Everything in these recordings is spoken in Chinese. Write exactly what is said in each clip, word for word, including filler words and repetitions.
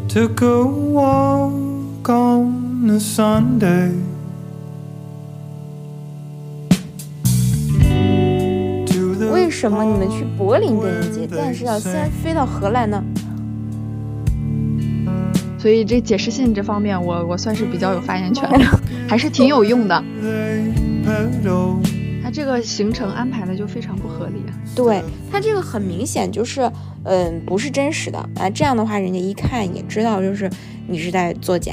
Took a walk on a Sunday to the 为什么你们去柏林电影节，但是要先飞到荷兰呢？ 所以这解释信这方面我我算是比较有发言权的，还是挺有用的。他这个行程安排的就非常不合理啊。 对，他这个很明显就是嗯不是真实的啊，这样的话人家一看也知道就是你是在作假。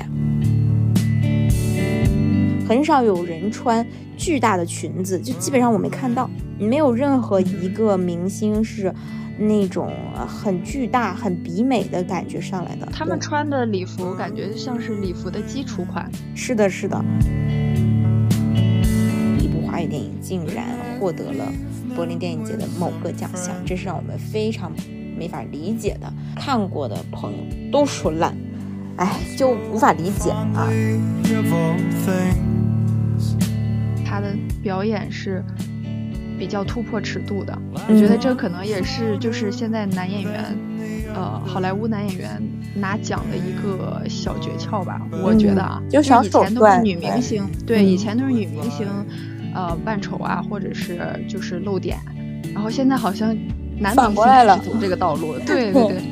很少有人穿巨大的裙子，就基本上我没看到，没有任何一个明星是那种很巨大很比美的感觉上来的。 他们穿的礼服感觉像是礼服的基础款。 是的是的，一部华语电影竟然获得了柏林电影节的某个奖项，这是让我们非常没法理解的。看过的朋友都说烂，哎，就无法理解啊。 他的表演是比较突破尺度的，我觉得这可能也是就是现在男演员呃好莱坞男演员拿奖的一个小诀窍吧，我觉得啊， 嗯、就小手段， 以前都是女明星，对，以前都是女明星呃扮丑啊，或者是就是露点，然后现在好像男明星是走这个道路，对对对。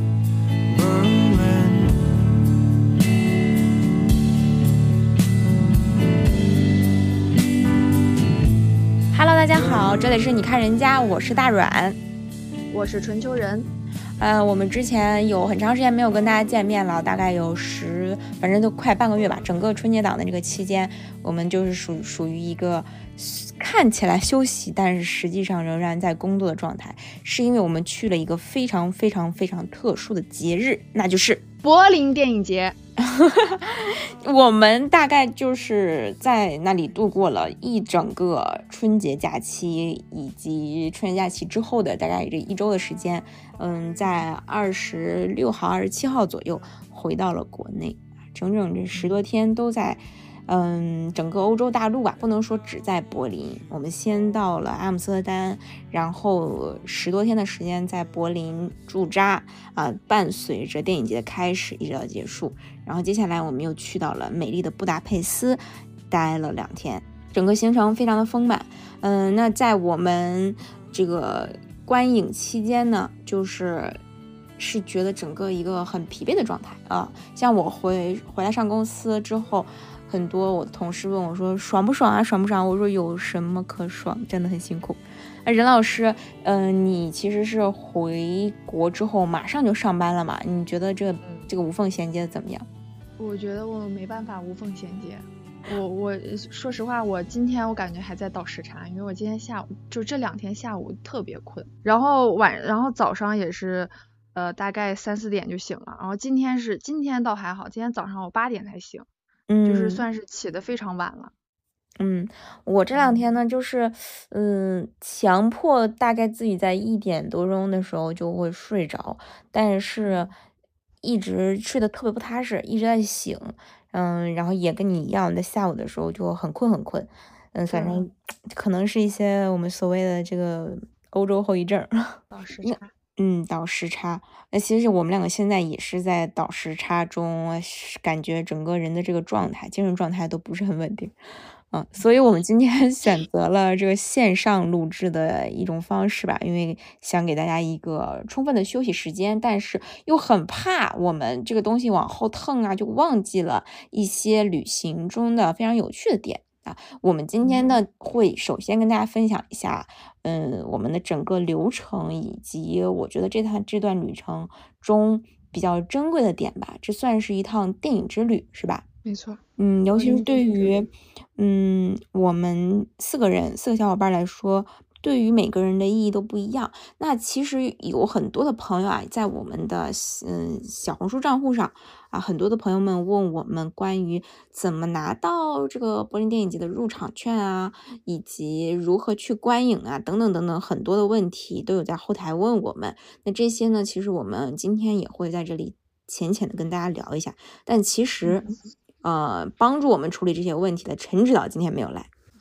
Hello， 大家好，这里是你看人家，我是大阮， 我是春秋人。 呃，我们之前有很长时间没有跟大家见面了，大概有十，反正都快半个月吧。整个春节档的这个期间，我们就是属属于一个看起来休息，但是实际上仍然在工作的状态，是因为我们去了一个非常非常非常特殊的节日，那就是柏林电影节。 我们大概就是在那里度过了一整个春节假期，以及春节假期之后的大概这一周的时间。嗯，在二十六号、二十七号左右回到了国内，整整这十多天都在，嗯，整个欧洲大陆吧，不能说只在柏林。我们先到了阿姆斯特丹，然后十多天的时间在柏林驻扎啊，伴随着电影节的开始一直到结束。然后接下来我们又去到了美丽的布达佩斯，待了两天，整个行程非常的丰满。嗯，那在我们这个观影期间呢，就是是觉得整个一个很疲惫的状态啊。像我回回来上公司之后，很多我的同事问我说爽不爽啊，爽不爽？我说有什么可爽，真的很辛苦。任老师，嗯、呃，你其实是回国之后马上就上班了嘛？你觉得这个这个无缝衔接怎么样？ 我觉得我没办法无缝衔接。我我说实话，我今天我感觉还在倒时差，因为我今天下午就这两天下午特别困，然后晚然后早上也是呃大概三四点就醒了，然后今天是今天倒还好，今天早上我八点才醒，嗯，就是算是起得非常晚了。 嗯，我这两天呢，就是嗯强迫大概自己在一点多钟的时候就会睡着，但是一直睡得特别不踏实，一直在醒。嗯，然后也跟你一样，在下午的时候就很困很困。嗯，反正可能是一些我们所谓的这个欧洲后遗症， 倒时差。 嗯，倒时差。那其实我们两个现在也是在倒时差中，感觉整个人的这个状态、精神状态都不是很稳定。嗯，所以我们今天选择了这个线上录制的一种方式吧，因为想给大家一个充分的休息时间，但是又很怕我们这个东西往后腾啊，就忘记了一些旅行中的非常有趣的点啊。我们今天呢会首先跟大家分享一下，嗯，我们的整个流程，以及我觉得这趟这段旅程中比较珍贵的点吧。这算是一趟电影之旅，是吧？ 没错。 嗯，尤其是对于嗯我们四个人四个小伙伴来说，对于每个人的意义都不一样。那其实有很多的朋友啊，在我们的嗯小红书账户上啊，很多的朋友们问我们关于怎么拿到这个柏林电影节的入场券啊，以及如何去观影啊，等等等等，很多的问题都有在后台问我们。那这些呢，其实我们今天也会在这里浅浅的跟大家聊一下。但其实呃，帮助我们处理这些问题的陈指导今天没有来。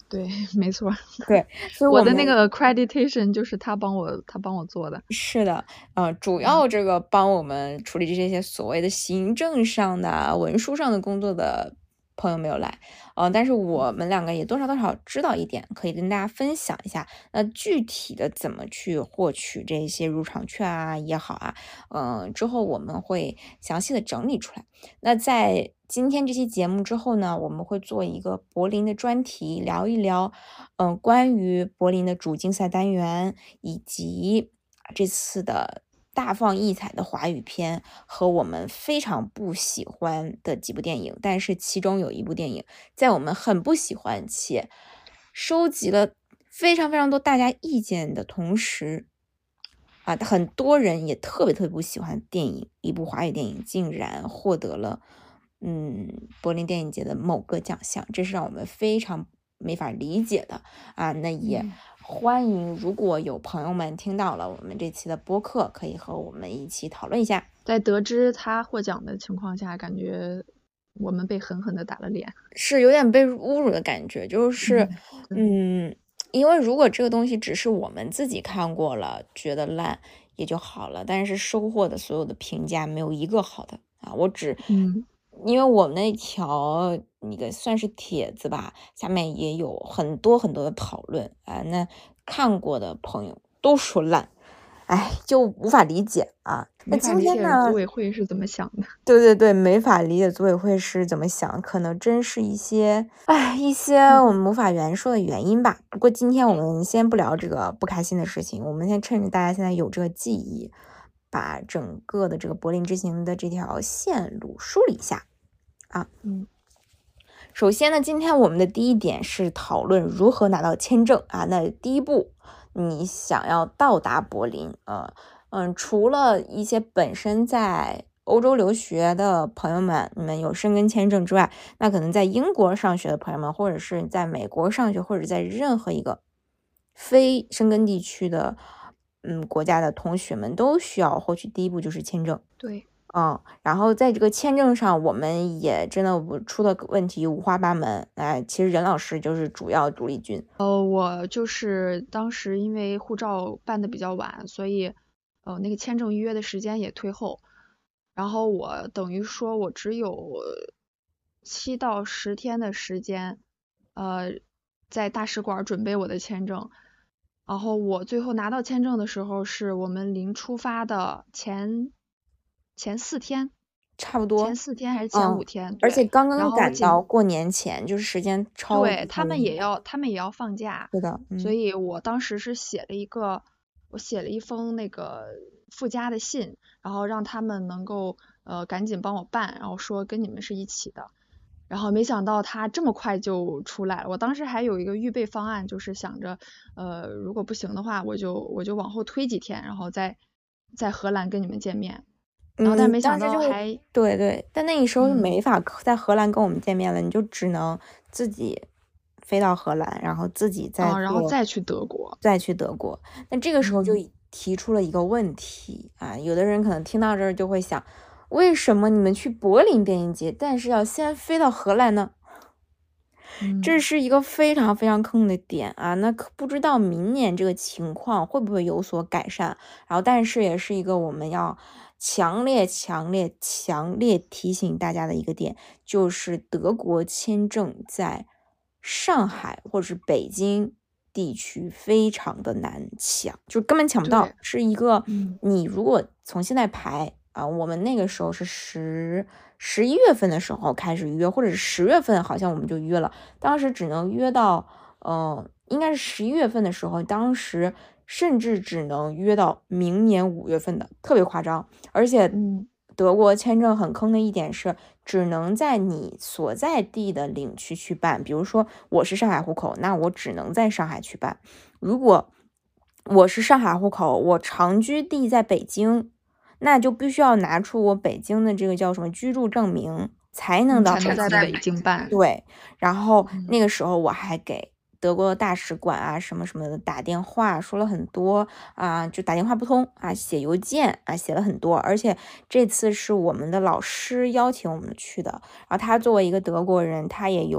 对，没错。 对，所以我我们的那个 accreditation 就是他帮我他帮我做的。 是的，呃，主嗯要这个帮我们处理这些所谓的行政上的啊、文书上的工作的朋友没有来，呃，但是我们两个也多少多少知道一点，可以跟大家分享一下。那具体的怎么去获取这些入场券啊也好啊，嗯、之后我们会详细的整理出来。那在今天这期节目之后呢，我们会做一个柏林的专题，聊一聊，嗯、关于柏林的主竞赛单元以及这次的大放异彩的华语片和我们非常不喜欢的几部电影，但是其中有一部电影在我们很不喜欢且收集了非常非常多大家意见的同时，啊，很多人也特别特别不喜欢电影，一部华语电影竟然获得了嗯柏林电影节的某个奖项，这是让我们非常没法理解的啊。那也嗯欢迎如果有朋友们听到了我们这期的播客，可以和我们一起讨论一下。 在得知他获奖的情况下，感觉我们被狠狠的打了脸。 是有点被侮辱的感觉，就是嗯对嗯，因为如果这个东西只是我们自己看过了觉得烂也就好了，但是收获的所有的评价没有一个好的啊。我只嗯因为我们那条那个算是帖子吧，下面也有很多很多的讨论啊，那看过的朋友都说烂，哎，就无法理解啊。那没法理解今天呢？ 组委会是怎么想的。 对对对，没法理解组委会是怎么想，可能真是一些，哎，一些我们无法言说的原因吧。不过今天我们先不聊这个不开心的事情，我们先趁着大家现在有这个记忆，把整个的这个柏林之行的这条线路梳理一下啊。 嗯首先呢，今天我们的第一点是讨论如何拿到签证啊。那第一步，你想要到达柏林，呃。嗯，除了一些本身在欧洲留学的朋友们，你们有申根签证之外，那可能在英国上学的朋友们，或者是在美国上学，或者在任何一个非申根地区的嗯国家的同学们，都需要获取第一步就是签证。 对， 嗯，然后在这个签证上，我们也真的出的问题五花八门。哎，其实任老师就是主要主力军。 呃，我就是当时因为护照办的比较晚，所以呃那个签证预约的时间也推后，然后我等于说我只有七到十天的时间，呃，在大使馆准备我的签证。然后我最后拿到签证的时候，是我们临出发的前前四天， 差不多前四天还是前嗯五天？ 而且对， 刚刚然后紧赶到过年前，就是时间超级对，他们也要，他们也要放假， 是的， 所嗯以我当时是写了一个，我写了一封那个附加的信，然后让他们能够呃赶紧帮我办，然后说跟你们是一起的。然后没想到他这么快就出来了，我当时还有一个预备方案，就是想着，呃，如果不行的话，我就我就往后推几天，然后再在荷兰跟你们见面。然后但嗯， 没想当时就到还对对，但那个时候嗯没法在荷兰跟我们见面了，你就只能自己飞到荷兰，然后自己再啊，然后坐再去德国。 再去德国。那这个时候就嗯提出了一个问题啊，有的人可能听到这儿就会想，为什么你们去柏林电影节，但是要先飞到荷兰呢？这嗯是一个非常非常坑的点啊，那可不知道明年这个情况会不会有所改善。然后，但是也是一个我们要强烈、强烈、强烈提醒大家的一个点，就是德国签证在上海或者是北京地区非常的难抢，就根本抢不到。 对是一个嗯你如果从现在排啊，我们那个时候是十十一月份的时候开始约，或者是十月份，好像我们就约了。当时只能约到，呃，应该是十一月份的时候，当时甚至只能约到明年五月份的，特别夸张。而且嗯德国签证很坑的一点是，只能在你所在地的领区去办。比如说我是上海户口，那我只能在上海去办。如果我是上海户口，我长居地在北京，那就必须要拿出我北京的这个叫什么居住证明，才能到才能在北京办。 对，然后嗯那个时候我还给德国大使馆啊什么什么的打电话，说了很多啊，就打电话不通啊，写邮件啊，写了很多。而且这次是我们的老师邀请我们去的，然后他作为一个德国人，他也有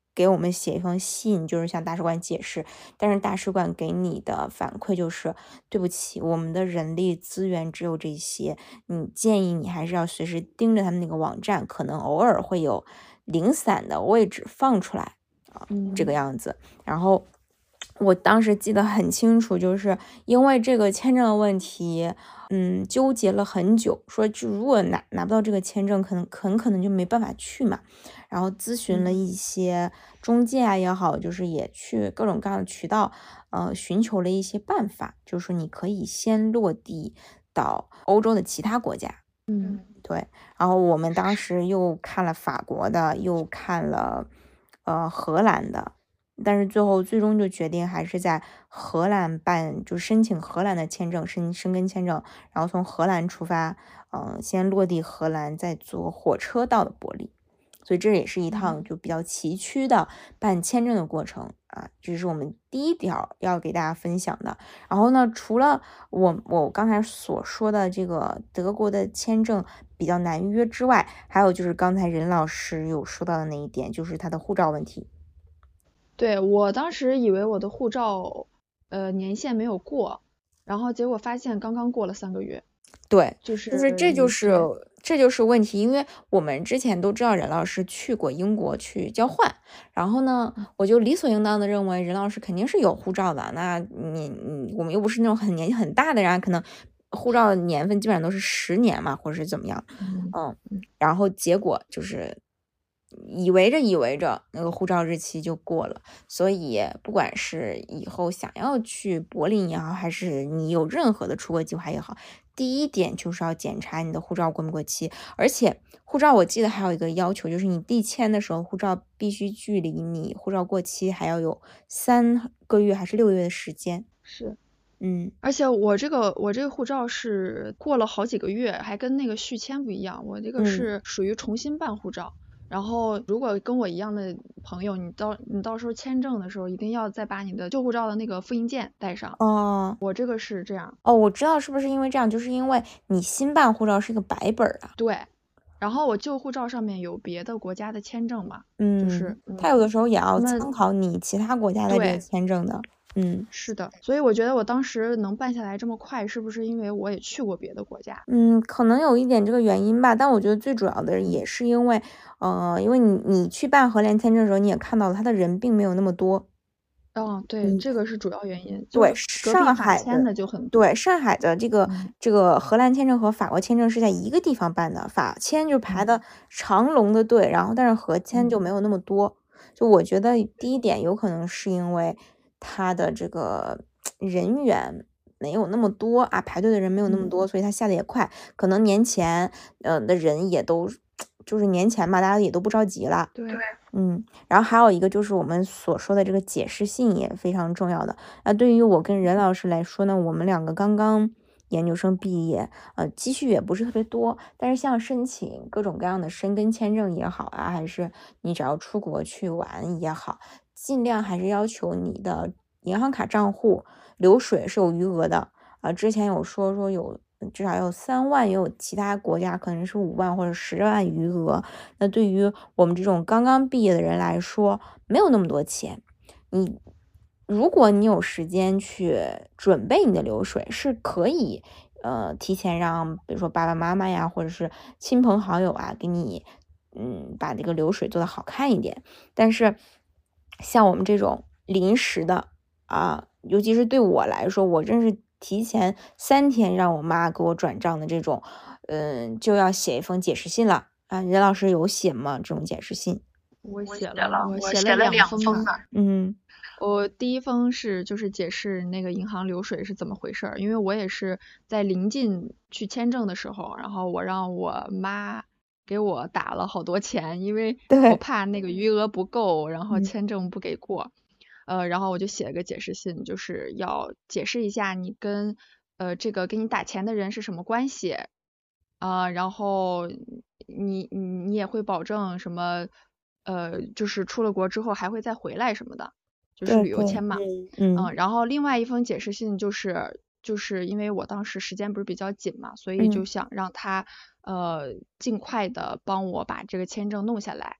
给我们写一封信，就是向大使馆解释，但是大使馆给你的反馈就是对不起，我们的人力资源只有这些，你建议你还是要随时盯着他们那个网站，可能偶尔会有零散的位置放出来啊，这个样子。然后我当时记得很清楚，就是因为这个签证的问题，嗯，纠结了很久，说就如果拿拿不到这个签证，可能很可能就没办法去嘛。然后咨询了一些中介啊也好，就是也去各种各样的渠道，呃，寻求了一些办法，就是说你可以先落地到欧洲的其他国家。 嗯， 对。然后我们当时又看了法国的，又看了呃荷兰的。但是最后最终就决定还是在荷兰办，就申请荷兰的签证，申申根签证，然后从荷兰出发，嗯、呃，先落地荷兰，再坐火车到的伯利。所以这也是一趟就比较崎岖的办签证的过程啊，这是我们第一条要给大家分享的。然后呢，除了我我刚才所说的这个德国的签证比较难约之外，还有就是刚才任老师有说到的那一点，就是他的护照问题。 对，我当时以为我的护照呃年限没有过，然后结果发现刚刚过了三个月。 对， 就是就是这就是这就是问题，因为我们之前都知道任老师去过英国去交换，然后呢，我就理所应当的认为任老师肯定是有护照的，那你你我们又不是那种很年纪很大的人，可能护照的年份基本上都是十年嘛，或者是怎么样，嗯，然后结果就是以为着以为着那个护照日期就过了，所以不管是以后想要去柏林也好，还是你有任何的出国计划也好，第一点就是要检查你的护照过没过期。而且护照我记得还有一个要求，就是你递签的时候，护照必须距离你护照过期还要有三个月还是六个月的时间。 是， 嗯， 而且我这个我这个护照是过了好几个月，还跟那个续签不一样，我这个是属于重新办护照。嗯，然后如果跟我一样的朋友，你到你到时候签证的时候，一定要再把你的旧护照的那个复印件带上。 哦， 我这个是这样。 哦，我知道是不是因为这样，就是因为你新办护照是个白本啊。 对，然后我旧护照上面有别的国家的签证嘛， 嗯， 就是他有的时候也要参考你其他国家的这个签证的。嗯， 是的，所以我觉得我当时能办下来这么快，是不是因为我也去过别的国家？ 嗯，可能有一点这个原因吧，但我觉得最主要的也是因为，呃，因为你你去办荷兰签证的时候，你也看到了，他的人并没有那么多。 哦，对，嗯、这个是主要原因。 对，上海签的就很对上海的这个、嗯、这个荷兰签证和法国签证是在一个地方办的，法签就排的长龙的队，然后但是荷签就没有那么多。就我觉得第一点有可能是因为他的这个人员没有那么多啊，排队的人没有那么多， 嗯、 所以他下的也快。可能年前呃的人也都就是年前嘛，大家也都不着急了。 对， 嗯，然后还有一个就是我们所说的这个解释信也非常重要的。那对于我跟任老师来说呢，我们两个刚刚研究生毕业，呃，积蓄也不是特别多，但是像申请各种各样的申根签证也好啊，还是你只要出国去玩也好，尽量还是要求你的银行卡账户流水是有余额的啊、呃。之前有说说有至少有三万，也有其他国家可能是五万或者十万余额。那对于我们这种刚刚毕业的人来说，没有那么多钱，你如果你有时间去准备你的流水，是可以呃提前让比如说爸爸妈妈呀，或者是亲朋好友啊，给你嗯把这个流水做得好看一点。但是像我们这种临时的啊，尤其是对我来说，我真是提前三天让我妈给我转账的这种，嗯，就要写一封解释信了啊。任老师有写吗？这种解释信？ 我写了，我写了两封呢。 嗯。 我第一封是就是解释那个银行流水是怎么回事，因为我也是在临近去签证的时候，然后我让我妈给我打了好多钱，因为我怕那个余额不够，然后签证不给过。嗯、呃，然后我就写了个解释信，就是要解释一下你跟呃这个给你打钱的人是什么关系啊、呃，然后你你你也会保证什么呃就是出了国之后还会再回来什么的。就是旅游签嘛， 嗯, 嗯，然后另外一封解释信就是就是因为我当时时间不是比较紧嘛，所以就想让他、嗯、呃尽快的帮我把这个签证弄下来，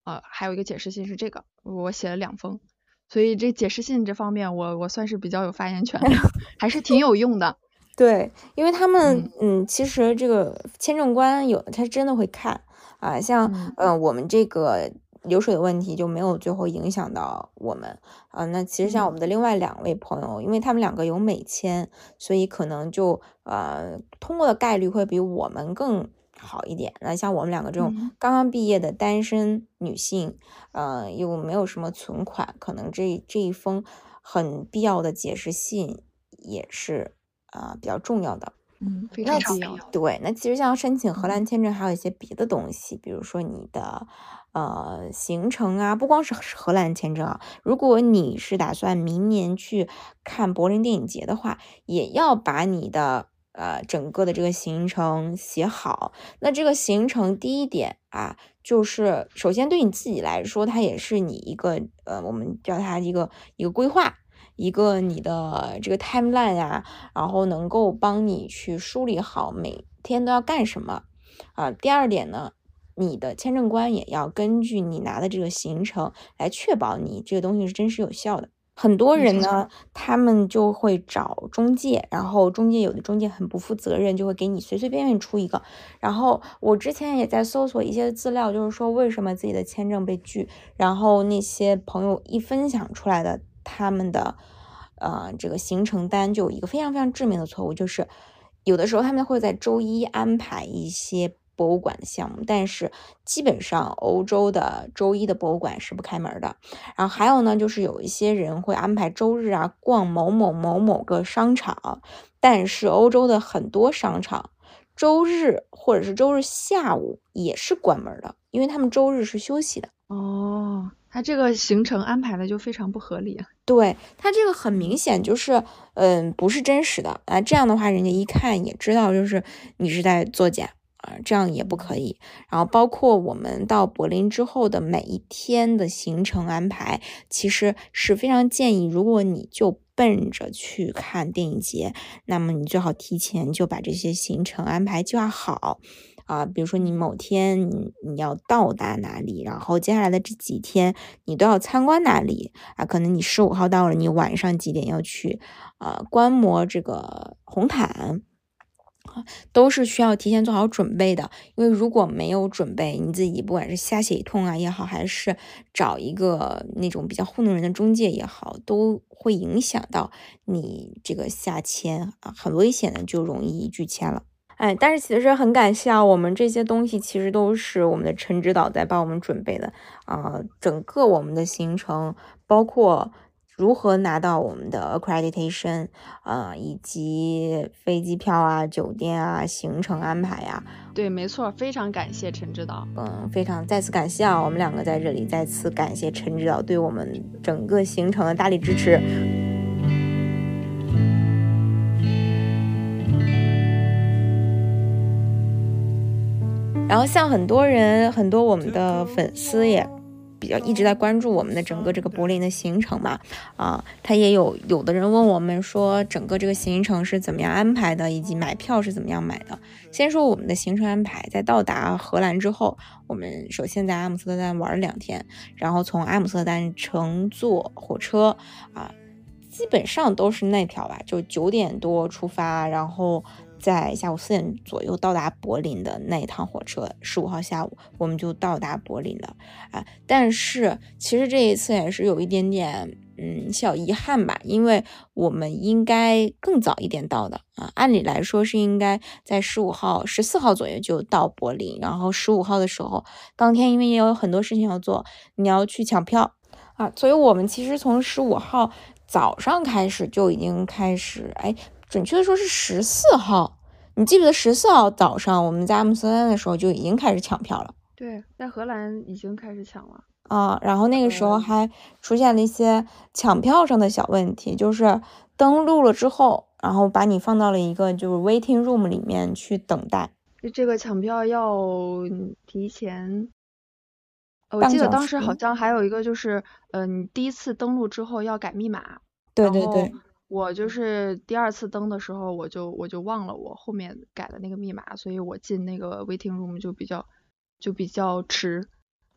呃，还有一个解释信是这个，我写了两封，所以这解释信这方面我我算是比较有发言权的，还是挺有用的。 对，因为他们嗯嗯，其实这个签证官有他真的会看啊，像嗯呃我们这个流水的问题就没有最后影响到我们啊。那其实像我嗯们的另外两位朋友，因为他们两个有美签，所以可能就呃通过的概率会比我们更好一点。那像我们两个这种嗯刚刚毕业的单身女性，呃又没有什么存款，可能这这一封很必要的解释信也是啊、比较重要的。 嗯，非那其常必要的。 对，那其实像申请荷嗯兰签证，还有一些别的东西，比如说你的呃行程啊，不光是荷兰签证啊，如果你是打算明年去看柏林电影节的话，也要把你的呃整个的这个行程写好。那这个行程第一点啊，就是首先对你自己来说，它也是你一个呃，我们叫它一个一个规划。一个你的这个 timeline 呀、然后能够帮你去梳理好每天都要干什么啊。第二点呢，你的签证官也要根据你拿的这个行程来确保你这个东西是真实有效的。很多没错人呢，他们就会找中介，然后中介有的中介很不负责任，就会给你随随便便出一个。然后我之前也在搜索一些资料，就是说为什么自己的签证被拒，然后那些朋友一分享出来的他们的呃这个行程单，就有一个非常非常致命的错误，就是有的时候他们会在周一安排一些博物馆的项目，但是基本上欧洲的周一的博物馆是不开门的。然后还有呢，就是有一些人会安排周日啊逛某某某某个商场，但是欧洲的很多商场周日或者是周日下午也是关门的，因为他们周日是休息的。 哦，他这个行程安排的就非常不合理。 对，它这个很明显就是，嗯，不是真实的啊。这样的话，人家一看也知道，就是你是在作假啊，这样也不可以。然后，包括我们到柏林之后的每一天的行程安排，其实是非常建议，如果你就奔着去看电影节，那么你最好提前就把这些行程安排计划好。啊，比如说你某天你你要到达哪里，然后接下来的这几天你都要参观哪里啊？可能你十五号到了，你晚上几点要去呃观摩这个红毯，都是需要提前做好准备的。因为如果没有准备，你自己不管是瞎写一通啊也好，还是找一个那种比较糊弄人的中介也好，都会影响到你这个下签啊，很危险的，就容易拒签了。哎，但是其实很感谢啊，我们这些东西其实都是我们的陈指导在帮我们准备的啊、呃整个我们的行程，包括如何拿到我们的 accreditation 啊、以及飞机票啊、酒店啊、行程安排啊， 对，没错，非常感谢陈指导。 嗯，非常再次感谢啊，我们两个在这里再次感谢陈指导对我们整个行程的大力支持。然后像很多人，很多我们的粉丝也比较一直在关注我们的整个这个柏林的行程嘛，啊，他也有有的人问我们说，整个这个行程是怎么样安排的，以及买票是怎么样买的。先说我们的行程安排，在到达荷兰之后，我们首先在阿姆斯特丹玩了两天，然后从阿姆斯特丹乘坐火车啊，基本上都是那条吧，就九点多出发，然后在下午四点左右到达柏林的那一趟火车，十五号下午我们就到达柏林了啊。但是其实这一次也是有一点点嗯小遗憾吧，因为我们应该更早一点到的啊，按理来说是应该在十五号、十四号左右就到柏林，然后十五号的时候，当天因为也有很多事情要做，你要去抢票啊，所以我们其实从十五号早上开始就已经开始，哎。准确的说是十四号，你记不记得十四号早上我们在阿姆斯特丹的时候就已经开始抢票了？ 对，在荷兰已经开始抢了啊，然后那个时候还出现了一些抢票上的小问题，就是登录了之后，然后把你放到了一个就是 waiting room 里面去等待。 这个抢票要提前，我记得当时好像还有一个就是，呃，你第一次登录之后要改密码。 对对对。 我就是第二次登的时候，我就我就忘了我后面改的那个密码，所以我进那个 waiting room 就比较就比较迟。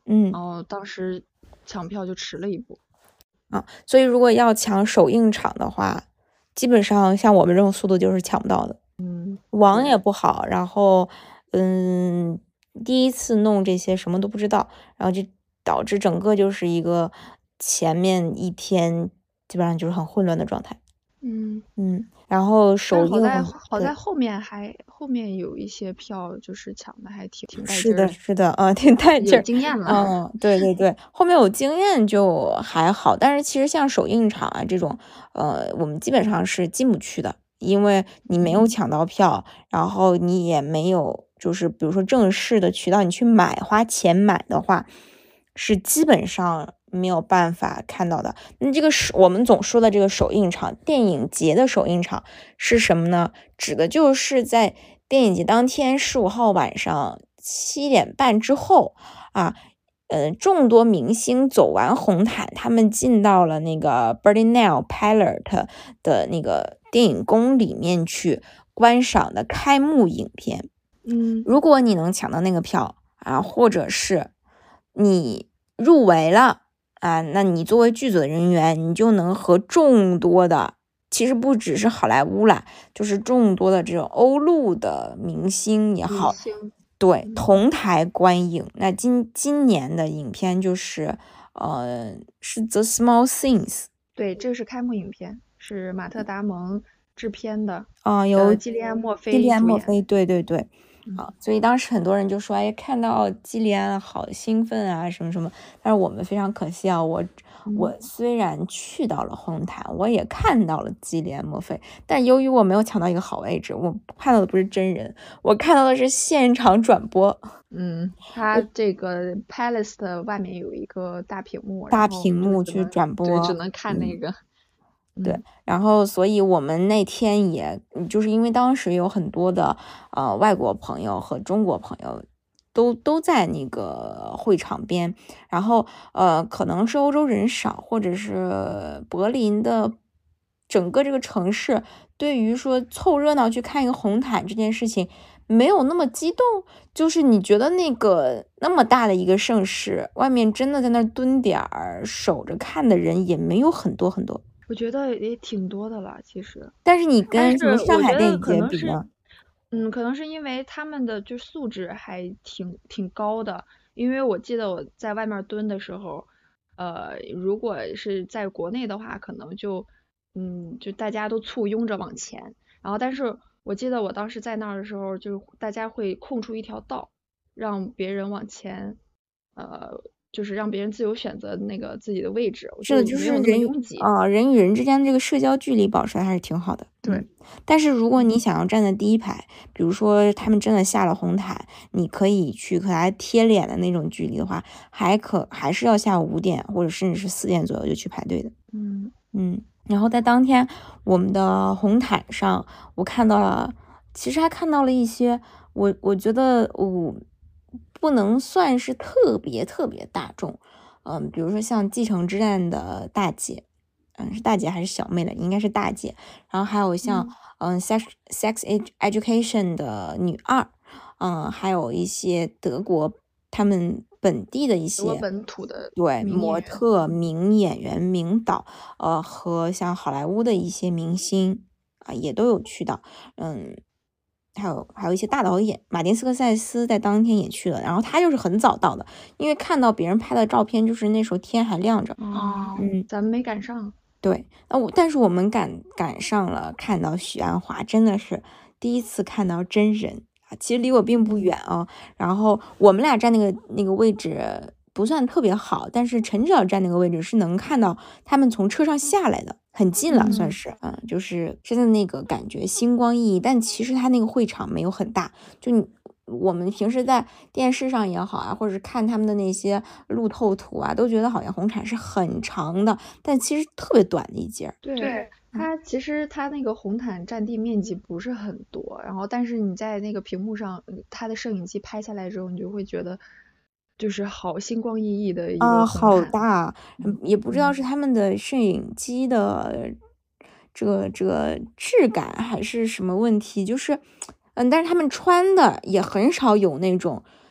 嗯然后当时抢票就迟了一步。 啊，所以如果要抢首映场的话，基本上像我们这种速度就是抢不到的。 嗯， 网也不好，然后嗯，第一次弄这些什么都不知道，然后就导致整个就是一个前面一天基本上就是很混乱的状态。 嗯嗯，然后首映但好在好对在后面还后面有一些票就是抢的还挺挺带是的， 劲儿的， 是的，啊，挺带劲有儿。 经验了。 嗯，对对对，后面有经验就还好，但是其实像首映场啊这种，呃，我们基本上是进不去的，因为你没有嗯抢到票，然后你也没有就是比如说正式的渠道，你去买花钱买的话，是基本上没有办法看到的。那这个是我们总说的这个首映场，电影节的首映场是什么呢？指的就是在电影节当天十五号晚上七点半之后啊，呃，众多明星走完红毯，他们进到了那个 Berlinale Palette 的那个电影宫里面去观赏的开幕影片。 嗯如果你能抢到那个票啊，或者是你入围了啊，那你作为剧组的人员，你就能和众多的，其实不只是好莱坞啦，就是众多的这种欧陆的明星也明好， 星对， 嗯同台观影。那今今年的影片就是，呃，是《The Small Things》 对，这是开幕影片，是马特·达蒙制片的， 啊，由呃，基利安·墨基利安· 菲主演。 墨菲，对对对， 嗯啊，所以当时很多人就说，哎，看到基利安了，好兴奋啊，什么什么。但是我们非常可惜啊，我我嗯虽然去到了红毯，我也看到了基利安·墨菲，但由于我没有抢到一个好位置，我看到的不是真人，我看到的是现场转播。 嗯，它这个 Palace 的外面有一个大屏幕， 大然后屏幕去就只能转播， 对，只能看那嗯， 个。 对， 嗯然后所以我们那天也就是因为当时有很多的呃外国朋友和中国朋友都都在那个会场边，然后呃可能是欧洲人少，或者是柏林的整个这个城市对于说凑热闹去看一个红毯这件事情没有那么激动，就是你觉得那个那么大的一个盛世，外面真的在那儿蹲点儿守着看的人也没有很多很多。 我觉得也挺多的了，其实。 但是你但跟什么是我觉得上海电影可能是， 节比呢？ 嗯，可能是因为他们的就素质还挺挺高的。因为我记得我在外面蹲的时候，呃，如果是在国内的话，可能就，嗯，就大家都簇拥着往前。然后，但是我记得我当时在那儿的时候，就是大家会空出一条道，让别人往前，呃，就是让别人自由选择那个自己的位置， 是的， 就没有那么就是人拥挤。 啊、人与人之间的这个社交距离保持的还是挺好的。 对嗯，但是如果你想要站在第一排，比如说他们真的下了红毯，你可以去和他贴脸的那种距离的话，还可还是要下午五点或者甚至是四点左右就去排队的。 嗯嗯，然后在当天我们的红毯上，我看到了，其实还看到了一些，我我觉得我不能算是特别特别大众，嗯，比如说像继承之战的大姐，嗯，是大姐还是小妹来？应该是大姐。然后还有像嗯嗯 sex sex education 的女二，嗯，还有一些德国他们本地的一些德国本土的对模名演员。 特、名演员、名导，呃，和像好莱坞的一些明星啊，也都有去到，嗯，还有还有一些大导演，马丁斯科塞斯在当天也去了，然后他就是很早到的，因为看到别人拍的照片，就是那时候天还亮着， 哦， 嗯， 咱们没赶上。 对，那我但是我们赶赶上了看到许鞍华，真的是第一次看到真人啊，其实离我并不远啊。然后我们俩站那个那个位置不算特别好，但是陈指导站那个位置是能看到他们从车上下来的，很近了，算嗯是，嗯，就是真的那个感觉星光熠熠。但其实他那个会场没有很大，就你。我们平时在电视上也好啊，或者是看他们的那些路透图啊，都觉得好像红毯是很长的，但其实特别短的一截儿。 对，它其实它那个红毯占地面积不是很多，然后但是你在那个屏幕上，嗯它的摄影机拍下来之后，你就会觉得就是好星光熠熠的一啊， 个好红毯。 大，嗯也不知道嗯是他们的摄影机的这个这个质感还是什么问题，就是，嗯，但是他们穿的也很少有那种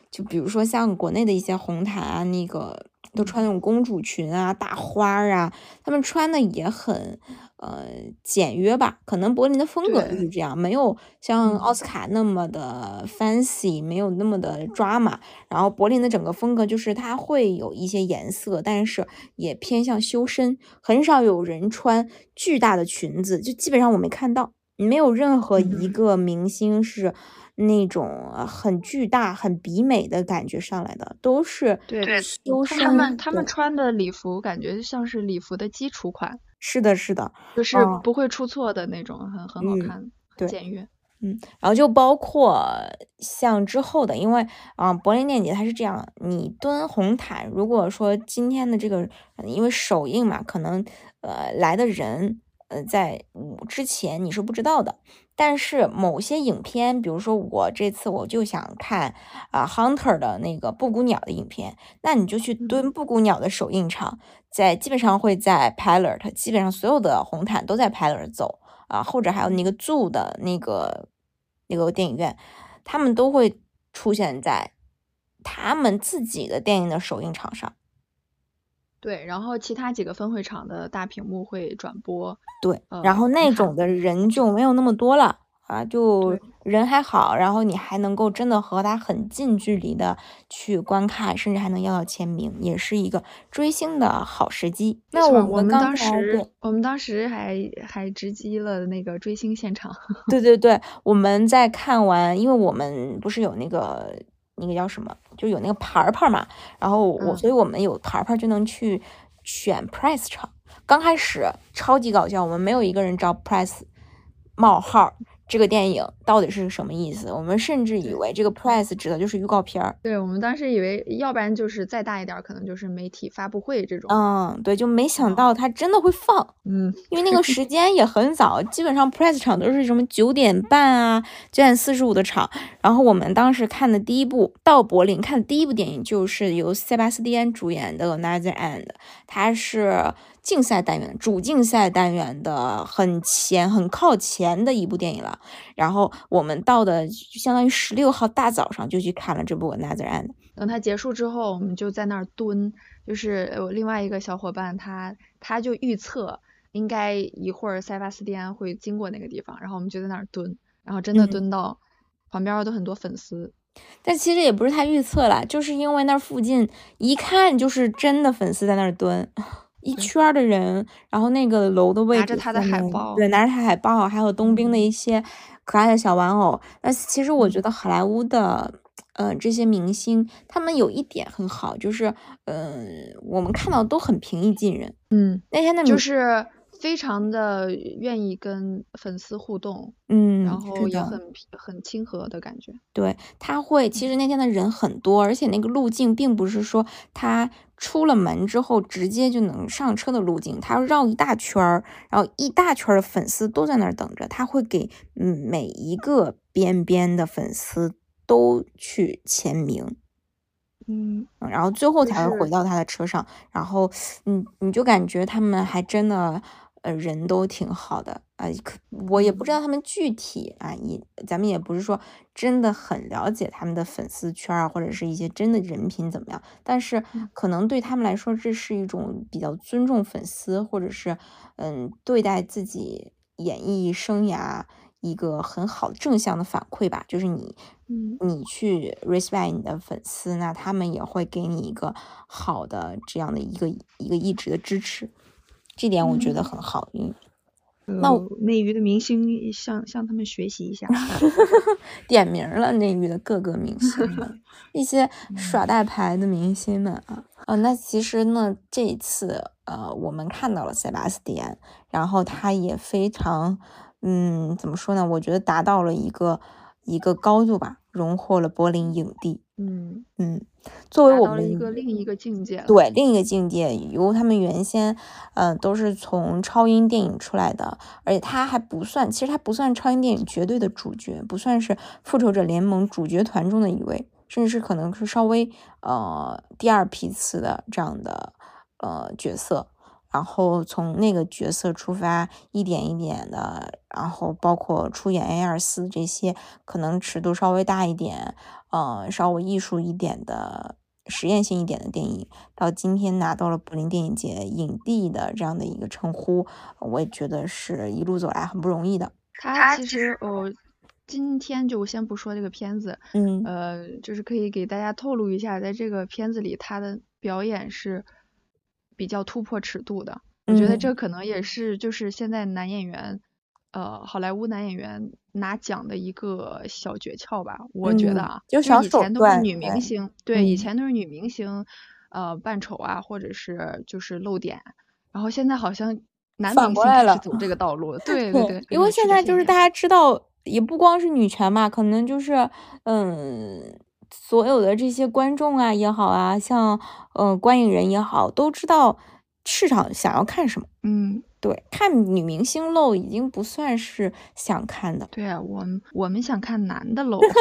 就比如说像国内的一些红毯啊，那个都穿那种公主裙啊、大花啊，他们穿的也很呃简约吧，可能柏林的风格就是这样，没有像奥斯卡那么的 fancy，、嗯、没有那么的 drama。然后柏林的整个风格就是它会有一些颜色，但是也偏向修身，很少有人穿巨大的裙子，就基本上我没看到，没有任何一个明星是那种很巨大、很比美的感觉上来的，都是对修身。 他们他们穿的礼服感觉像是礼服的基础款。 是的，是的， 就是不会出错的那种，嗯、很很好看，嗯、很简约。 嗯，然后就包括像之后的，因为啊、呃，柏林电影节它是这样，你蹲红毯，如果说今天的这个，因为首映嘛，可能呃来的人呃在之前你是不知道的，但是某些影片，比如说我这次我就想看啊、呃、Hunter 的那个布谷鸟的影片，那你就去蹲布谷鸟的首映场，在基本上会在 Palette， 基本上所有的红毯都在 Palette 走。啊，或者还有那个 Zoo 的那个那个电影院，他们都会出现在他们自己的电影的首映场上。 对，然后其他几个分会场的大屏幕会转播。 对，呃、然后那种的人就没有那么多了啊，就人还好，然后你还能够真的和他很近距离的去观看，甚至还能要到签名，也是一个追星的好时机。那我们当时我们当时还还直击了那个追星现场。 对对对，我们在看完，因为我们不是有那个那个叫什么，就有那个牌牌嘛，然后我、嗯、所以我们有牌牌就能去选 Press 场。刚开始超级搞笑，我们没有一个人知道 Press 冒号这个电影到底是什么意思，我们甚至以为这个 press 指的就是预告片儿。 对，我们当时以为要不然就是再大一点可能就是媒体发布会这种。 嗯，对，就没想到它真的会放。 嗯， 因为那个时间也很早，基本上 press 场都是什么九点半啊九点四十五的场。然后我们当时看的第一部到柏林看的第一部电影就是由塞巴斯蒂安主演的 Another End， 它是竞赛单元主竞赛单元的很前很靠前的一部电影了。然后我们到的相当于十六号大早上就去看了这部 Another End。 等它结束之后我们就在那儿蹲，就是我另外一个小伙伴他他就预测应该一会儿塞巴斯蒂安会经过那个地方，然后我们就在那儿蹲，然后真的蹲到旁边都很多粉丝、 嗯、但其实也不是他预测啦，就是因为那附近一看就是真的粉丝在那儿蹲，一圈的人，然后那个楼的位置拿着他的海报， 对，拿着他海报，还有冬兵的一些可爱的小玩偶。那其实我觉得好莱坞的，呃，这些明星，他们有一点很好，就是，呃，我们看到都很平易近人。 嗯， 那天的就是非常的愿意跟粉丝互动， 嗯， 然后也很很亲和的感觉。 对，他会，其实那天的人很多，而且那个路径并不是说他出了门之后直接就能上车的路径，他要绕一大圈儿，然后一大圈的粉丝都在那儿等着，他会给嗯每一个边边的粉丝都去签名。 嗯， 然后最后才会回到他的车上，然后嗯，你就感觉他们还真的呃人都挺好的啊、呃，我也不知道他们具体啊，也咱们也不是说真的很了解他们的粉丝圈啊，或者是一些真的人品怎么样，但是可能对他们来说这是一种比较尊重粉丝，或者是嗯对待自己演艺生涯一个很好正向的反馈吧，就是你， 嗯， 你去 respect 你的粉丝，那他们也会给你一个好的这样的一个一个一直的支持，这点我觉得很好。嗯， 那我内娱的明星向向他们学习一下， 点名了内娱的各个明星们，一些耍大牌的明星们啊。呃，那其实呢，这一次呃，我们看到了塞巴斯蒂安，然后他也非常。嗯，怎么说呢？我觉得达到了一个一个高度吧，荣获了柏林影帝。 嗯嗯，作为我们达到了一个另一个境界了。 对，另一个境界，由他们原先呃都是从超英电影出来的，而且他还不算，其实他不算超英电影绝对的主角，不算是复仇者联盟主角团中的一位，甚至是可能是稍微呃第二批次的这样的呃角色。 然后从那个角色出发，一点一点的，然后包括出演 A 二十四这些可能尺度稍微大一点，呃，稍微艺术一点的实验性一点的电影，到今天拿到了柏林电影节影帝的这样的一个称呼，我也觉得是一路走来很不容易的。 他其实呃，今天就先不说这个片子， 嗯呃，就是可以给大家透露一下，在这个片子里他的表演是比较突破尺度的。我觉得这可能也是就是现在男演员，呃，好莱坞男演员拿奖的一个小诀窍吧。我觉得啊， 就就是以小手段， 前都是女明对星，对，以嗯前都是女明星，呃，扮丑啊，或者是就是露点，然后现在好像男反明星开始过来了。 走这个道路了。对对对， 因为现在就是大家家知道，也不光是女权嘛，可能就是嗯，所有的这些观众啊也好啊，像呃观影人也好，都知道市场想要看什么。 嗯， 对，看女明星露已经不算是想看的。 对啊，我们我们想看男的露。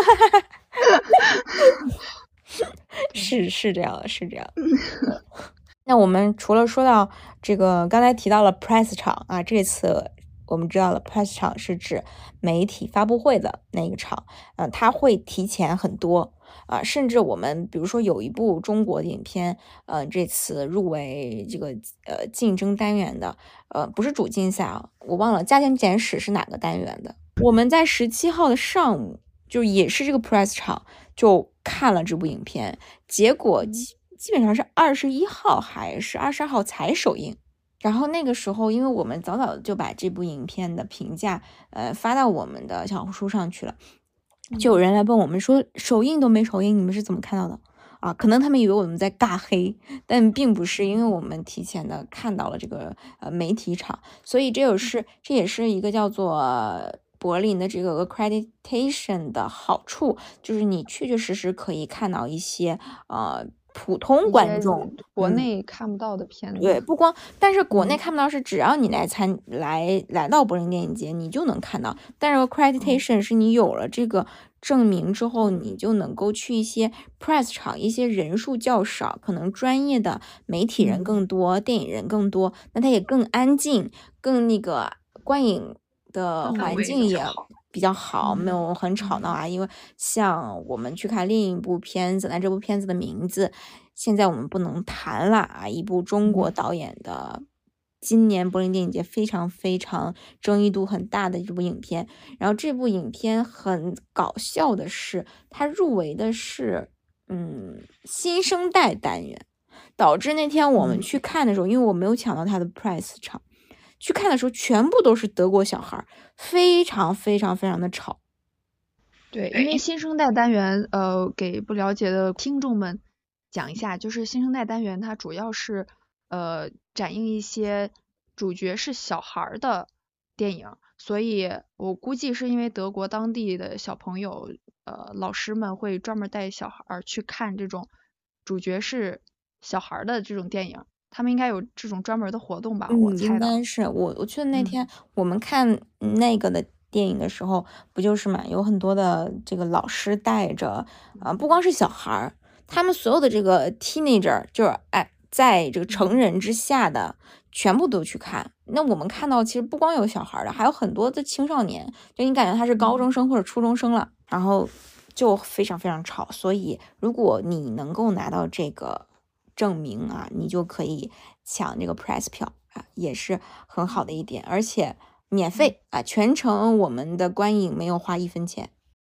是是这样的，是这样的。那我们除了说到这个，刚才提到了 press 场啊，这次我们知道了 press 场是指媒体发布会的那个场，呃，它会提前很多啊，甚至我们比如说有一部中国的影片，呃，这次入围这个呃竞争单元的，呃，不是主竞赛啊，我忘了家庭简史是哪个单元的。我们在十七号的上午，就也是这个 press 场就看了这部影片，结果基基本上是二十一号还是二十二号才首映。然后那个时候，因为我们早早就把这部影片的评价，呃，发到我们的小红书上去了，就有人来问我们说，首映都没首映，你们是怎么看到的？啊，可能他们以为我们在尬黑，但并不是，因为我们提前的看到了这个呃媒体场，所以这也是这也是一个叫做柏林的这个 accreditation 的好处，就是你确确实实可以看到一些呃普通观众国内看不到的片子。 嗯、对，不光，但是国内看不到是只要你来参、嗯、来来到柏林电影节，你就能看到。但是 accreditation 是你有了这个证明之后，你就能够去一些 press 场，一些人数较少，可能专业的媒体人更多，嗯、电影人更多，那它也更安静，更那个观影的环境也比较好，没有很吵闹啊。因为像我们去看另一部片子，那这部片子的名字现在我们不能谈了啊，一部中国导演的今年柏林电影节非常非常争议度很大的一部影片。然后这部影片很搞笑的是，它入围的是嗯新生代单元，导致那天我们去看的时候，因为我没有抢到它的 press 场，去看的时候全部都是德国小孩，非常非常非常的吵。 对，因为新生代单元，呃，给不了解的听众们讲一下，就是新生代单元它主要是呃展映一些主角是小孩的电影，所以我估计是因为德国当地的小朋友，呃，老师们会专门带小孩去看这种主角是小孩的这种电影。他们应该有这种专门的活动吧？ 嗯， 我猜的。 应该是我我去的那天，嗯、我们看那个的电影的时候，不就是嘛，有很多的这个老师带着啊、呃，不光是小孩儿，他们所有的这个 teenager 就是哎，在这个成人之下的，全部都去看。那我们看到其实不光有小孩的，还有很多的青少年，就你感觉他是高中生或者初中生了，然后就非常非常吵。所以如果你能够拿到这个证明啊，你就可以抢这个 press 票啊，也是很好的一点，而且免费啊，全程我们的观影没有花一分钱。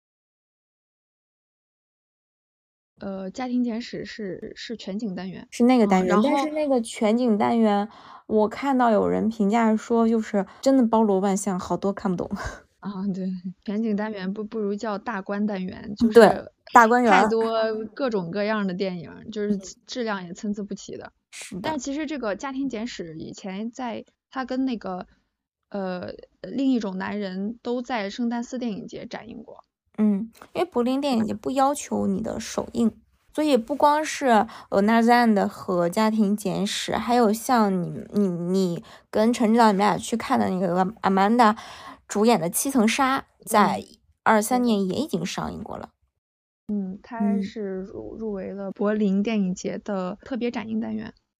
呃，家庭简史是是全景单元， 是那个单元， 嗯、 但是那个全景单元，我看到有人评价说，就是真的包罗万象，好多看不懂。 啊，对，全景单元不不如叫大观单元，就是对大观园太多各种各样的电影，就是质量也参差不齐的。 是的。 但其实这个家庭简史以前在它跟那个呃另一种男人都在圣丹斯电影节展映过。 嗯，因为柏林电影节不要求你的首映，所以不光是呃 Narzand 和家庭简史，还有像你你你跟陈指导你们俩去看的那个 Amanda 主演的《七层纱》，在二三年也已经上映过了。 嗯，它是入入围了柏林电影节的特别展映单元。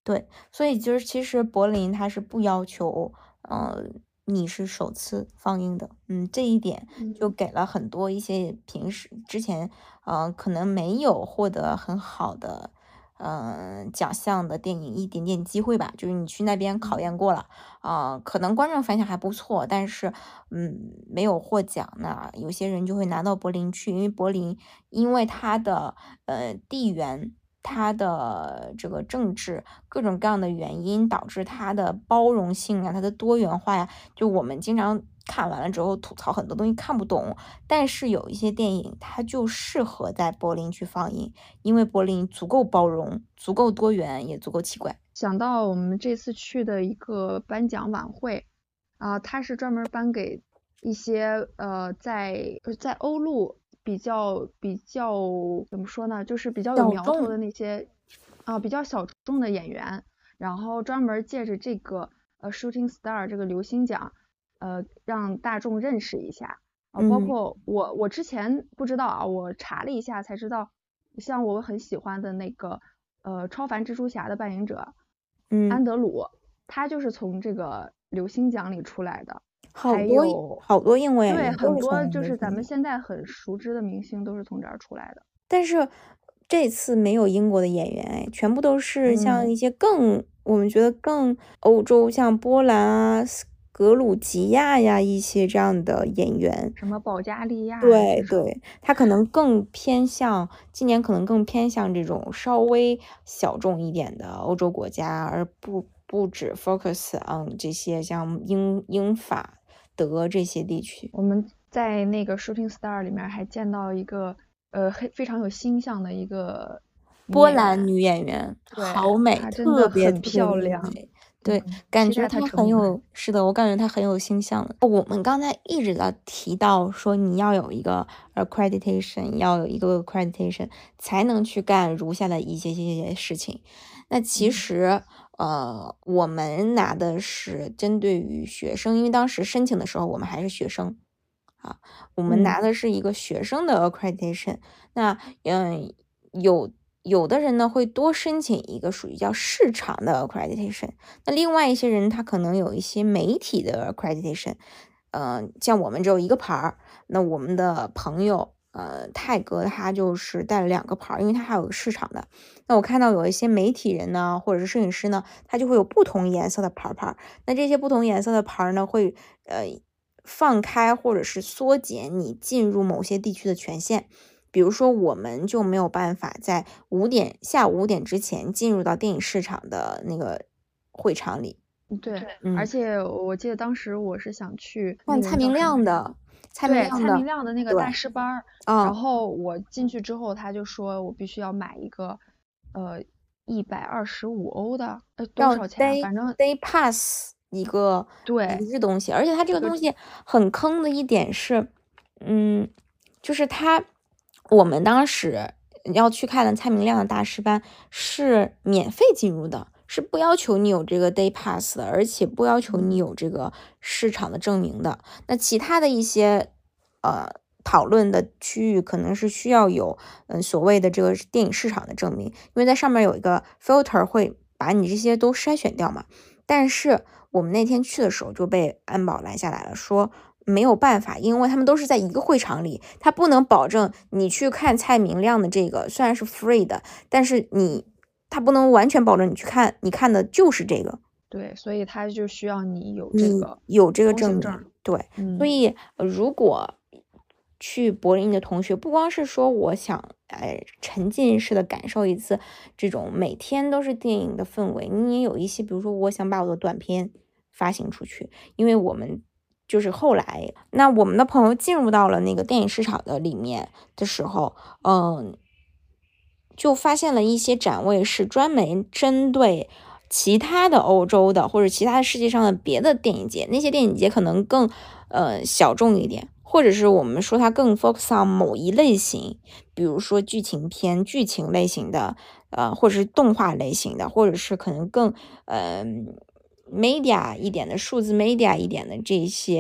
对，所以就是其实柏林它是不要求，呃，你是首次放映的，嗯，这一点就嗯给了很多一些平时之前，呃，可能没有获得很好的，呃，奖项的电影一点点机会吧。就是你去那边考嗯验过了，啊、可能观众反响还不错，但是，嗯，没有获奖，那有些人就会拿到柏林去，因为柏林因为它的呃地缘。它的这个政治各种各样的原因导致它的包容性啊，它的多元化呀，就我们经常看完了之后吐槽很多东西看不懂，但是有一些电影它就适合在柏林去放映，因为柏林足够包容，足够多元，也足够奇怪。 想到我们这次去的一个颁奖晚会，啊、它是专门颁给一些呃在呃在欧陆比较比较怎么说呢，就是比较有小苗头众， 的那些啊、比较小众的演员，然后专门借着这个呃 Shooting Star 这个流星奖，呃让大众认识一下啊、包嗯括我我之前不知道啊，我查了一下才知道，像我很喜欢的那个呃超凡蜘蛛侠的扮演者。 嗯， 安德鲁，他就是从这个流星奖里出来的，还好多有好多英国演对员都很多是从那就是咱们边进的。 现在很熟知的明星都是从这儿出来的。 但是这次没有英国的演员，哎，全部都是像嗯， 一些更我们觉得更欧洲，像波兰啊、斯格鲁吉亚呀一些这样的演员。 什么保加利亚这种， 对对，他可能更偏向今年可能更偏向这种稍微小众一点的欧洲国家，而不不只 focus on 这些像英英法德这些地区。 我们在那个 Shooting Star 里面还见到一个呃黑非常有星象的一个女波演员， 兰女演员好对， 美， 她真特的很别特别漂亮， 美。对， 嗯， 感觉她期待她成名。 很有，是的，我感觉她很有形象的。我们刚才一直在提到说，你要有一个 accreditation，要有一个 accreditation 才能去干如下的一些些些事情。那其嗯实，呃，我们拿的是针对于学生，因为当时申请的时候我们还是学生啊，我们嗯拿的是一个学生的 accreditation。那嗯，有有的人呢会多申请一个属于叫市场的 accreditation，那另外一些人他可能有一些媒体的 accreditation，呃，像我们只有一个牌儿，那我们的朋友。呃，泰哥他就是带了两个牌儿，因为他还有个市场的。那我看到有一些媒体人呢，或者是摄影师呢，他就会有不同颜色的牌儿牌儿。那这些不同颜色的牌儿呢，会呃放开或者是缩减你进入某些地区的权限。比如说，我们就没有办法在五点下午五点之前进入到电影市场的那个会场里。 对， 嗯， 而且我记得当时我是想去那看蔡明个人叫什么来着？ 亮的，蔡明对， 亮蔡明的， 亮的那个对， 大师班儿，然啊， 后我进去之后，他就说我必须要买一个，呃，一百二十五欧的，呃，多要少钱啊？ day 反正 day pass 一个一对， 个东西，而且它这一个个东西很坑的一点是，嗯，就是它我们当时要去看的蔡明亮的大师班是免费进入的，是不要求你有这个 day pass 的，而且不要求你嗯有这个市场的证明的。那其他的一些呃讨论的区域可能是需要有嗯所谓的这个电影市场的证明，因为在上面有一个 filter 会把你这些都筛选掉嘛。但是我们那天去的时候就被安保拦下来了，说没有办法，因为他们都是在一个会场里，他不能保证你去看蔡明亮的这个虽然是 free 的，但是你他不能完全保证你去看，你看的就是这个， 对，所以他就需要你有这你个有这个证明， 通行证。 对，所嗯以呃如果去柏林的同学，不光是说我想哎沉浸式的感受一次这种每天都是电影的氛围，你也有一些，比如说我想把我的短片发行出去，因为我们就是后来，那我们的朋友进入到了那个电影市场的里面的时候，嗯，就发现了一些展位是专门针对其他的欧洲的或者其他的世界上的别的电影节，那些电影节可能更呃小众一点，或者是我们说它更 focus on 某一类型，比如说剧情片、剧情类型的，呃，或者是动画类型的，或者是可能更呃 media 一点的数字 media 一点的这些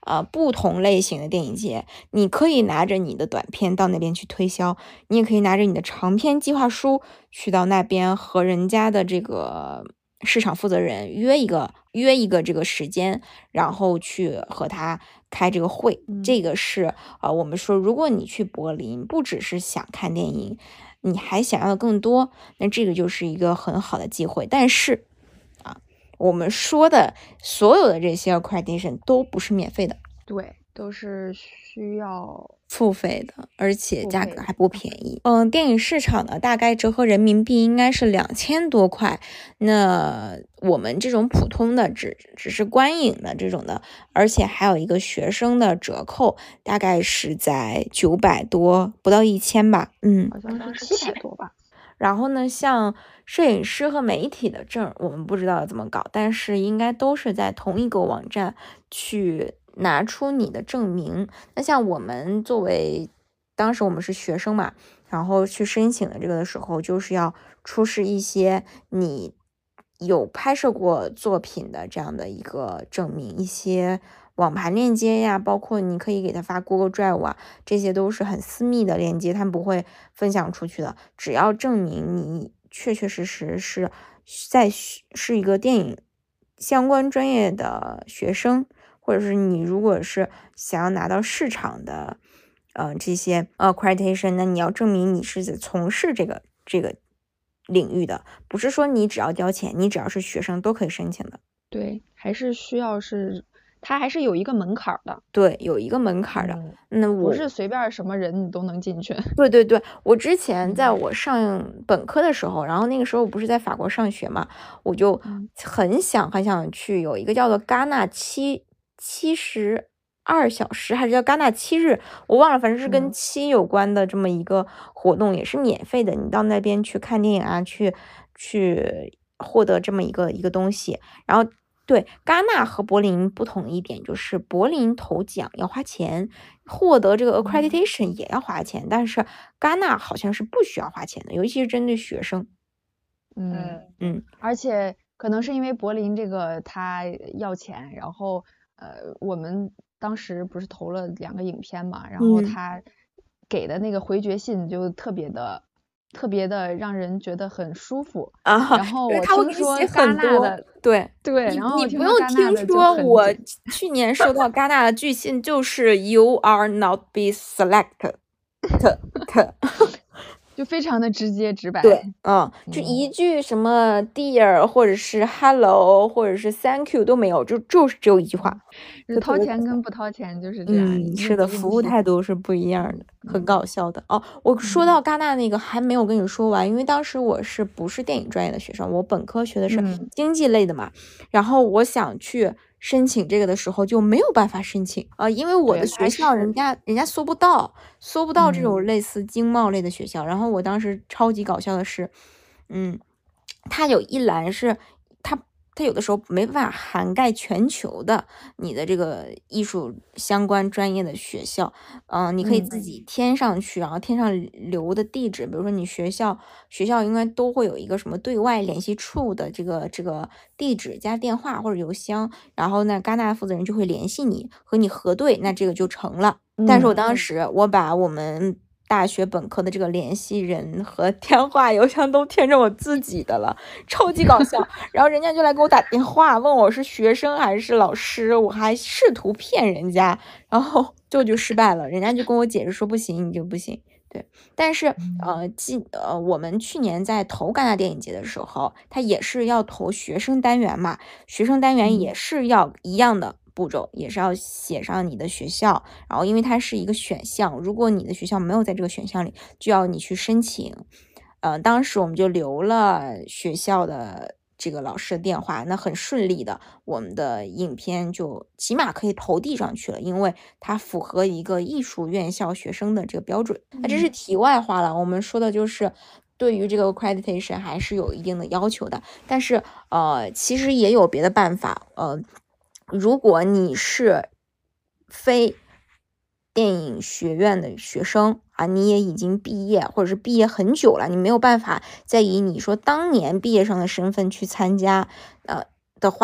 呃不同类型的电影节，你可以拿着你的短片到那边去推销，你也可以拿着你的长篇计划书去到那边和人家的这个市场负责人约一个约一个这个时间，然后去和他开这个会。 嗯这个是呃我们说，如果你去柏林，不只是想看电影，你还想要更多，那这个就是一个很好的机会。但是啊，我们说的所有的这些 accreditation 都不是免费的， 对，都是需要付费的，而且付费的价格还不便宜。嗯，电影市场呢，大概折合人民币应该是两千多块。那我们这种普通的只只是观影的这种的，而且还有一个学生的折扣，大概是在九百多，不到一千吧。嗯， 好像是七百多吧。 然后呢，像摄影师和媒体的证，我们不知道怎么搞，但是应该都是在同一个网站去拿出你的证明。那像我们作为当时我们是学生嘛，然后去申请的这个的时候，就是要出示一些你有拍摄过作品的这样的一个证明，一些网盘链接呀，包括你可以给他发 Google Drive 啊，这些都是很私密的链接，他们不会分享出去的。只要证明你确确实实是在是一个电影相关专业的学生，或者是你如果是想要拿到市场的呃这些 accreditation， 那你要证明你是从事这个这个领域的，不是说你只要交钱，你只要是学生都可以申请的。 对，还是需要是，它还是有一个门槛的。 对，有一个门槛的。 嗯， 那我不是随便什么人你都能进去。 对对对，我之前在我上本科的时候，然后那个时候我不是在法国上学嘛，我就嗯很想很想去有一个叫做戛纳七七十二小时，还是叫戛纳七日，我忘了，反正是跟嗯七有关的这么一个活动，也是免费的。你到那边去看电影啊，去去获得这么一个一个东西。然后对，戛纳和柏林不同的一点就是柏林投奖要花钱，获得这个 accreditation 也要花钱，但是戛纳好像是不需要花钱的，尤其是针对学生。 嗯， 嗯， 而且可能是因为柏林这个他要钱，然后呃，我们当时不是投了两个影片嘛，然后嗯他给的那个回绝信就特别的。特别的让人觉得很舒服啊， 然后我因为他会给你听说戛写很多纳的， 对对， 你然后我听你不用说戛纳听的就很说我紧去年收到戛纳的拒信，就是 You are not be selected，特特。 就非常的直接直白。 对，嗯，就嗯一句什么 dear 或者是 hello 或者是 thank you 都没有，就就是只有一句话。 就是掏就特别钱跟不掏钱就是这样。 嗯， 硬是的， 不硬服务气态度是不一样的，很嗯搞笑的哦。我说嗯到戛纳那个还没有跟你说完，因为当时我是不是电影专业的学生，我本科学的是嗯经济类的嘛，然后我想去申请这个的时候就没有办法申请啊、呃因为我对的学还是校人家人家搜不到，搜不到这种嗯类似经贸类的学校。然后我当时超级搞笑的是，嗯，它有一栏是它。它有的时候没办法涵盖全球的你的这个艺术相关专业的学校，嗯、你可以嗯自己填上去，然后填上留的地址，比如说你学校学校应该都会有一个什么对外联系处的这个这个地址加电话或者邮箱，然后呢，戛纳负责人就会联系你和你核对，那这个就成了。但是我嗯当时我把我们大学本科的这个联系人和电话邮箱都填成我自己的了，超级搞笑。然后人家就来给我打电话，问我是学生还是老师，我还试图骗人家，然后最后就失败了。人家就跟我解释说不行，你就不行。对，但是呃，今呃，我们去年在投戛纳电影节的时候，他也是要投学生单元嘛，学生单元也是要一样的步骤，也是要写上你的学校，然后因为它是一个选项，如果你的学校没有在这个选项里，就要你去申请。呃，当时我们就留了学校的这个老师的电话，那很顺利的，我们的影片就起码可以投递上去了，因为它符合一个艺术院校学生的这个标准。那这是题外话了，我们说的就是对于这个 accreditation 还是有一定的要求的，但是呃，其实也有别的办法，呃。如果你是非电影学院的学生啊，你也已经毕业或者是毕业很久了，你没有办法再以你说当年毕业生的身份去参加，呃的话，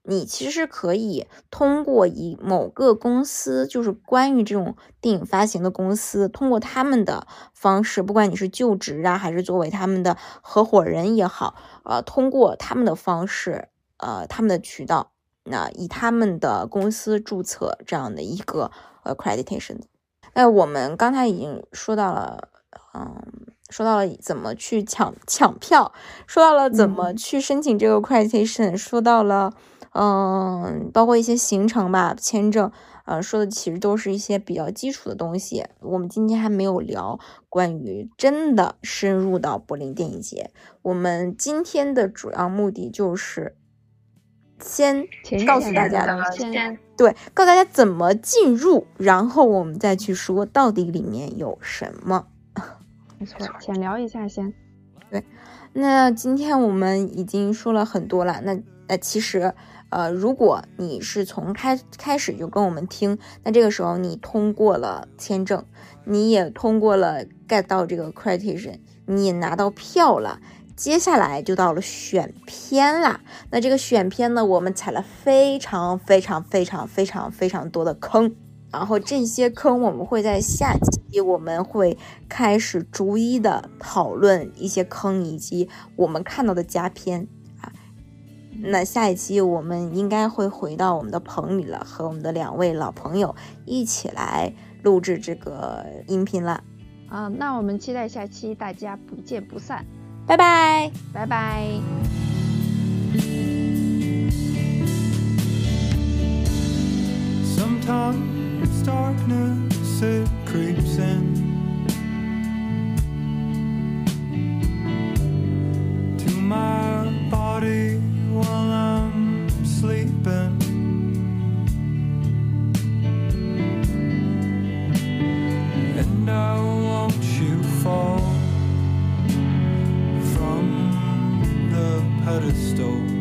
你其实是可以通过以某个公司，就是关于这种电影发行的公司，通过他们的方式，不管你是就职啊，还是作为他们的合伙人也好，呃，通过他们的方式，呃，他们的渠道，那以他们的公司注册这样的一个 accreditation。那我们刚才已经说到了，嗯。说到了怎么去抢抢票，说到了怎么去申请这个 accreditation，、嗯、说到了嗯，包括一些行程吧，签证，呃，说的其实都是一些比较基础的东西。我们今天还没有聊关于真的深入到柏林电影节。我们今天的主要目的就是先告诉大家， 先对，告诉大家怎么进入，然后我们再去说到底里面有什么。 没错，浅聊一下先。 对，那今天我们已经说了很多了。那那其实，呃，如果你是从开开始就跟我们听，那这个时候你通过了签证，你也通过了 get 到这个 accreditation， 你也拿到票了，接下来就到了选片啦。那这个选片呢，我们踩了非常非常非常非常非常多的坑。然后这些坑我们会在下期我们会开始逐一的讨论一些坑以及我们看到的佳片啊。那下一期我们应该会回到我们的棚里了，和我们的两位老朋友一起来录制这个音频了啊。那我们期待下期，大家不见不散， 拜拜， 拜拜。 Sometimes darkness it creeps in to my body while I'm sleeping, and I watch you fall from the pedestal.